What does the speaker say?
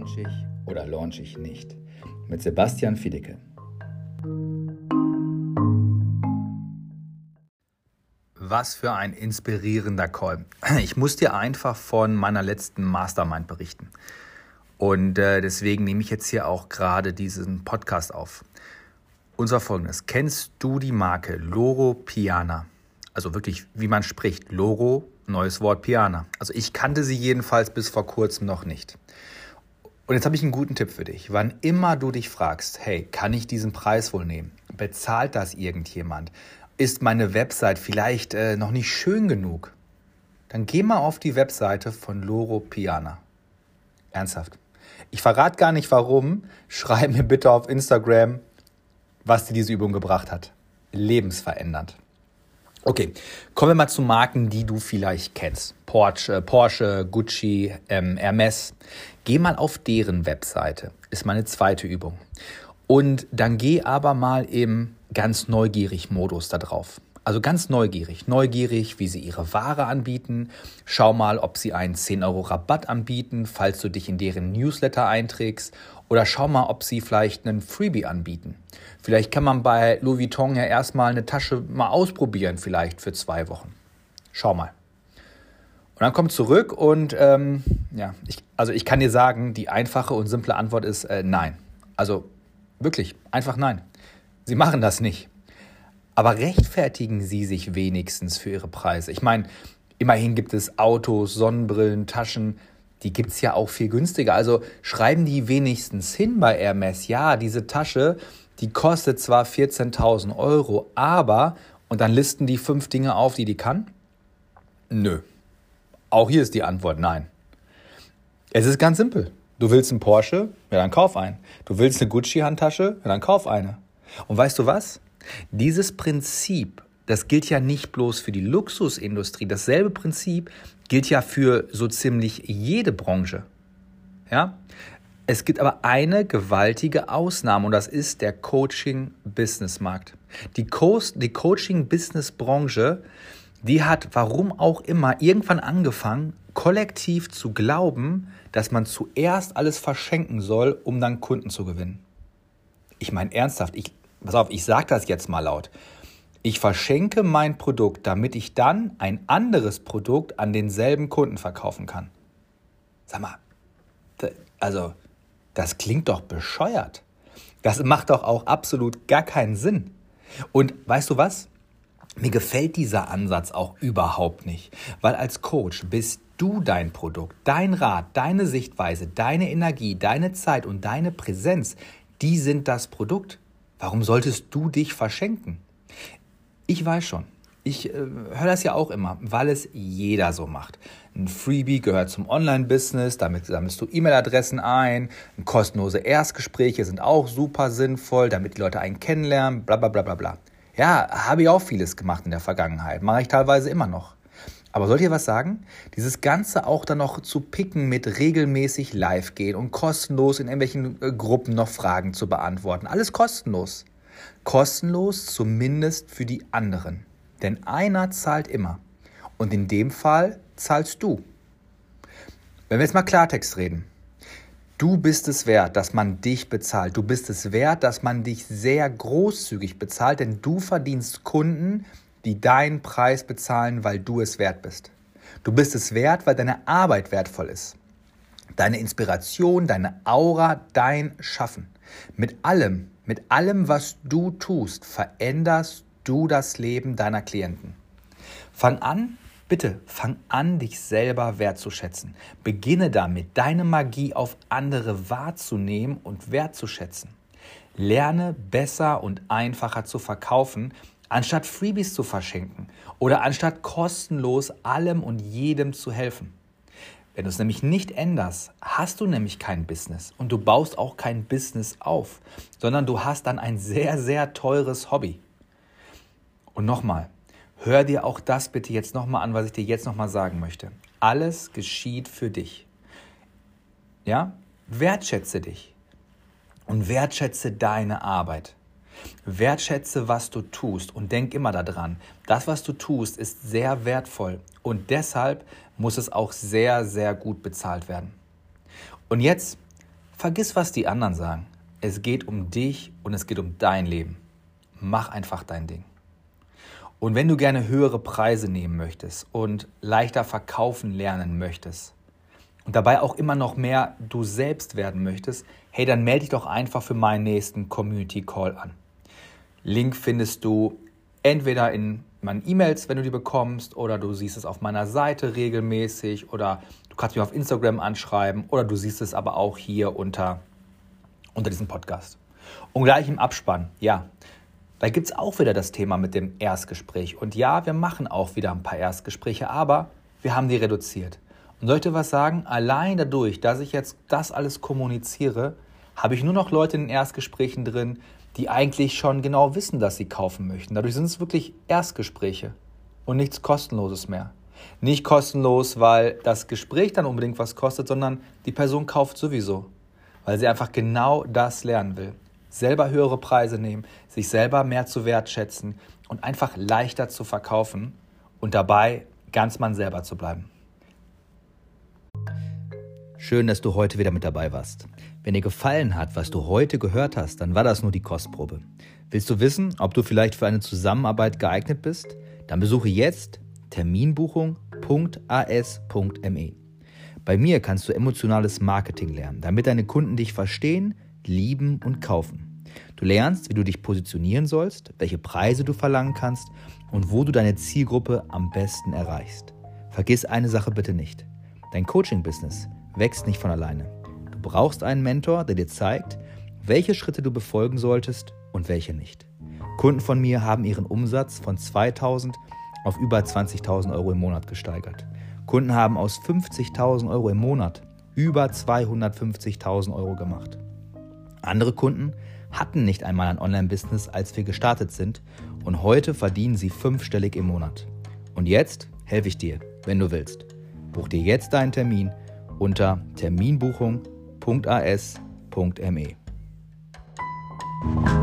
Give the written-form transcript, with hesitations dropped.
Launch ich oder launch ich nicht? Mit Sebastian Fiedicke. Was für ein inspirierender Call. Ich muss dir einfach von meiner letzten Mastermind berichten. Und deswegen nehme ich jetzt hier auch gerade diesen Podcast auf. Und zwar folgendes. Kennst du die Marke Loro Piana? Also wirklich, wie man spricht. Loro, neues Wort Piana. Also ich kannte sie jedenfalls bis vor kurzem noch nicht. Und jetzt habe ich einen guten Tipp für dich. Wann immer du dich fragst, hey, kann ich diesen Preis wohl nehmen? Bezahlt das irgendjemand? Ist meine Website vielleicht noch nicht schön genug? Dann geh mal auf die Webseite von Loro Piana. Ernsthaft. Ich verrate gar nicht warum. Schreib mir bitte auf Instagram, was dir diese Übung gebracht hat. Lebensverändernd. Okay, kommen wir mal zu Marken, die du vielleicht kennst. Porsche, Gucci, Hermes. Geh mal auf deren Webseite. Ist meine zweite Übung. Und dann geh aber mal im ganz neugierig Modus da drauf. Also ganz neugierig. Neugierig, wie sie ihre Ware anbieten. Schau mal, ob sie einen 10€ Rabatt anbieten, falls du dich in deren Newsletter einträgst. Oder schau mal, ob sie vielleicht einen Freebie anbieten. Vielleicht kann man bei Louis Vuitton ja erstmal eine Tasche mal ausprobieren, vielleicht für 2 Wochen. Schau mal. Und dann komm zurück und ich kann dir sagen, die einfache und simple Antwort ist nein. Also wirklich, einfach nein. Sie machen das nicht. Aber rechtfertigen Sie sich wenigstens für Ihre Preise. Ich meine, immerhin gibt es Autos, Sonnenbrillen, Taschen, die gibt es ja auch viel günstiger. Also schreiben die wenigstens hin bei Hermes, ja, diese Tasche, die kostet zwar 14.000 €, aber, und dann listen die 5 Dinge auf, die kann? Nö. Auch hier ist die Antwort nein. Es ist ganz simpel. Du willst einen Porsche? Ja, dann kauf einen. Du willst eine Gucci-Handtasche? Ja, dann kauf eine. Und weißt du was? Dieses Prinzip, das gilt ja nicht bloß für die Luxusindustrie. Dasselbe Prinzip gilt ja für so ziemlich jede Branche. Ja? Es gibt aber eine gewaltige Ausnahme und das ist der Coaching-Business-Markt. Die Coaching-Business-Branche, die hat, warum auch immer, irgendwann angefangen, kollektiv zu glauben, dass man zuerst alles verschenken soll, um dann Kunden zu gewinnen. Ich meine ernsthaft, pass auf, ich sage das jetzt mal laut. Ich verschenke mein Produkt, damit ich dann ein anderes Produkt an denselben Kunden verkaufen kann. Sag mal, das klingt doch bescheuert. Das macht doch auch absolut gar keinen Sinn. Und weißt du was? Mir gefällt dieser Ansatz auch überhaupt nicht, weil als Coach bist du dein Produkt, dein Rat, deine Sichtweise, deine Energie, deine Zeit und deine Präsenz, die sind das Produkt. Warum solltest du dich verschenken? Ich weiß schon, ich höre das ja auch immer, weil es jeder so macht. Ein Freebie gehört zum Online-Business, damit sammelst du E-Mail-Adressen ein, kostenlose Erstgespräche sind auch super sinnvoll, damit die Leute einen kennenlernen, bla bla bla bla bla. Ja, habe ich auch vieles gemacht in der Vergangenheit, mache ich teilweise immer noch. Aber soll ich dir was sagen? Dieses Ganze auch dann noch zu picken mit regelmäßig live gehen und kostenlos in irgendwelchen Gruppen noch Fragen zu beantworten. Alles kostenlos. Kostenlos zumindest für die anderen. Denn einer zahlt immer. Und in dem Fall zahlst du. Wenn wir jetzt mal Klartext reden. Du bist es wert, dass man dich bezahlt. Du bist es wert, dass man dich sehr großzügig bezahlt, denn du verdienst Kunden, die deinen Preis bezahlen, weil du es wert bist. Du bist es wert, weil deine Arbeit wertvoll ist. Deine Inspiration, deine Aura, dein Schaffen. Mit allem, was du tust, veränderst du das Leben deiner Klienten. Fang an, dich selber wertzuschätzen. Beginne damit, deine Magie auf andere wahrzunehmen und wertzuschätzen. Lerne besser und einfacher zu verkaufen, anstatt Freebies zu verschenken oder anstatt kostenlos allem und jedem zu helfen. Wenn du es nämlich nicht änderst, hast du nämlich kein Business und du baust auch kein Business auf, sondern du hast dann ein sehr, sehr teures Hobby. Und nochmal, hör dir auch das bitte jetzt nochmal an, was ich dir jetzt nochmal sagen möchte. Alles geschieht für dich. Ja? Wertschätze dich und wertschätze deine Arbeit. Wertschätze, was du tust und denk immer daran, das, was du tust, ist sehr wertvoll und deshalb muss es auch sehr, sehr gut bezahlt werden. Und jetzt Vergiss, was die anderen sagen. Es geht um dich und es geht um dein Leben. Mach einfach dein Ding. Und wenn du gerne höhere Preise nehmen möchtest und leichter verkaufen lernen möchtest und dabei auch immer noch mehr du selbst werden möchtest, hey, dann melde dich doch einfach für meinen nächsten Community Call an. Link findest du entweder in meinen E-Mails, wenn du die bekommst, oder du siehst es auf meiner Seite regelmäßig, oder du kannst mich auf Instagram anschreiben, oder du siehst es aber auch hier unter diesem Podcast. Und gleich im Abspann, ja, da gibt es auch wieder das Thema mit dem Erstgespräch. Und ja, wir machen auch wieder ein paar Erstgespräche, aber wir haben die reduziert. Und soll ich dir was sagen? Allein dadurch, dass ich jetzt das alles kommuniziere, habe ich nur noch Leute in den Erstgesprächen drin, die eigentlich schon genau wissen, dass sie kaufen möchten. Dadurch sind es wirklich Erstgespräche und nichts Kostenloses mehr. Nicht kostenlos, weil das Gespräch dann unbedingt was kostet, sondern die Person kauft sowieso, weil sie einfach genau das lernen will. Selber höhere Preise nehmen, sich selber mehr zu wertschätzen und einfach leichter zu verkaufen und dabei ganz man selber zu bleiben. Schön, dass du heute wieder mit dabei warst. Wenn dir gefallen hat, was du heute gehört hast, dann war das nur die Kostprobe. Willst du wissen, ob du vielleicht für eine Zusammenarbeit geeignet bist? Dann besuche jetzt terminbuchung.as.me. Bei mir kannst du emotionales Marketing lernen, damit deine Kunden dich verstehen, lieben und kaufen. Du lernst, wie du dich positionieren sollst, welche Preise du verlangen kannst und wo du deine Zielgruppe am besten erreichst. Vergiss eine Sache bitte nicht. Dein Coaching-Business wächst nicht von alleine. Du brauchst einen Mentor, der dir zeigt, welche Schritte du befolgen solltest und welche nicht. Kunden von mir haben ihren Umsatz von 2.000 auf über 20.000 Euro im Monat gesteigert. Kunden haben aus 50.000 Euro im Monat über 250.000 Euro gemacht. Andere Kunden hatten nicht einmal ein Online-Business, als wir gestartet sind, und heute verdienen sie 5-stellig im Monat. Und jetzt helfe ich dir, wenn du willst. Buch dir jetzt deinen Termin unter terminbuchung.as.me.